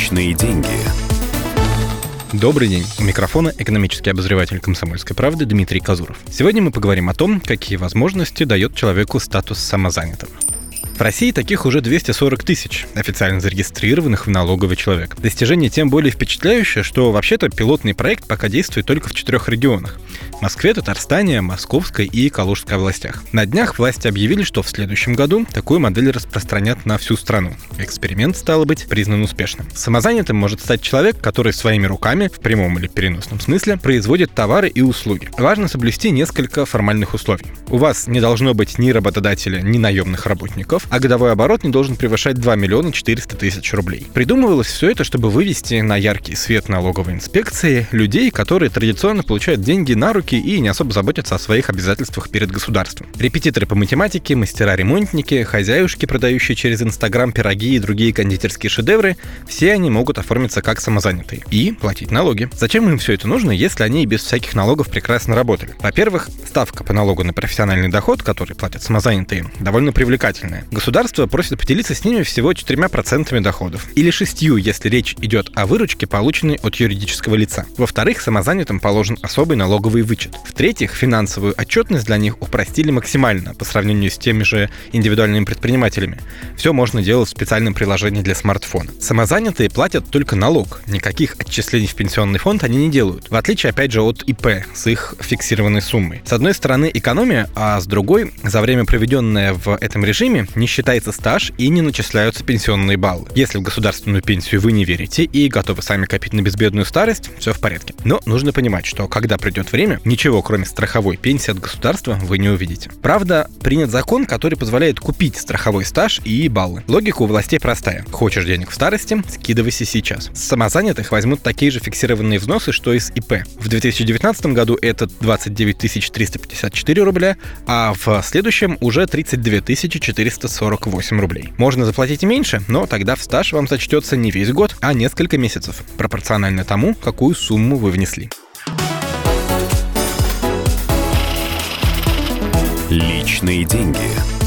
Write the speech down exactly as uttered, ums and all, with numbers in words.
Личные деньги. Добрый день. У микрофона экономический обозреватель «Комсомольской правды» Дмитрий Казуров. Сегодня мы поговорим о том, какие возможности дает человеку статус самозанятого. В России таких уже двести сорок тысяч официально зарегистрированных в налоговый человек. Достижение тем более впечатляющее, что вообще-то пилотный проект пока действует только в четырех регионах – Москве, Татарстане, Московской и Калужской областях. На днях власти объявили, что в следующем году такую модель распространят на всю страну. Эксперимент, стало быть, признан успешным. Самозанятым может стать человек, который своими руками, в прямом или переносном смысле, производит товары и услуги. Важно соблюсти несколько формальных условий. У вас не должно быть ни работодателя, ни наемных работников, а годовой оборот не должен превышать два миллиона четыреста тысяч рублей. Придумывалось все это, чтобы вывести на яркий свет налоговой инспекции людей, которые традиционно получают деньги на руки и не особо заботятся о своих обязательствах перед государством. Репетиторы по математике, мастера-ремонтники, хозяюшки, продающие через Инстаграм пироги и другие кондитерские шедевры – все они могут оформиться как самозанятые и платить налоги. Зачем им все это нужно, если они и без всяких налогов прекрасно работали? Во-первых, ставка по налогу на профессиональный доход, который платят самозанятые, довольно привлекательная. Государство просит поделиться с ними всего четырьмя процентами доходов. Или шестью, если речь идет о выручке, полученной от юридического лица. Во-вторых, самозанятым положен особый налоговый вычет. В-третьих, финансовую отчетность для них упростили максимально по сравнению с теми же индивидуальными предпринимателями. Все можно делать в специальном приложении для смартфона. Самозанятые платят только налог. Никаких отчислений в пенсионный фонд они не делают. В отличие, опять же, от ИП с их фиксированной суммой. С одной стороны, экономия, а с другой, за время, проведенное в этом режиме, не считается стаж и не начисляются пенсионные баллы. Если в государственную пенсию вы не верите и готовы сами копить на безбедную старость, все в порядке. Но нужно понимать, что когда придет время, ничего, кроме страховой пенсии от государства, вы не увидите. Правда, принят закон, который позволяет купить страховой стаж и баллы. Логика у властей простая. Хочешь денег в старости – скидывайся сейчас. С самозанятых возьмут такие же фиксированные взносы, что и с ИП. В две тысячи девятнадцатом году это двадцать девять тысяч триста пятьдесят четыре рубля, а в следующем уже тридцать две тысячи четыреста сорок восемь рублей. Можно заплатить и меньше, но тогда в стаж вам зачтется не весь год, а несколько месяцев, пропорционально тому, какую сумму вы внесли. Личные деньги.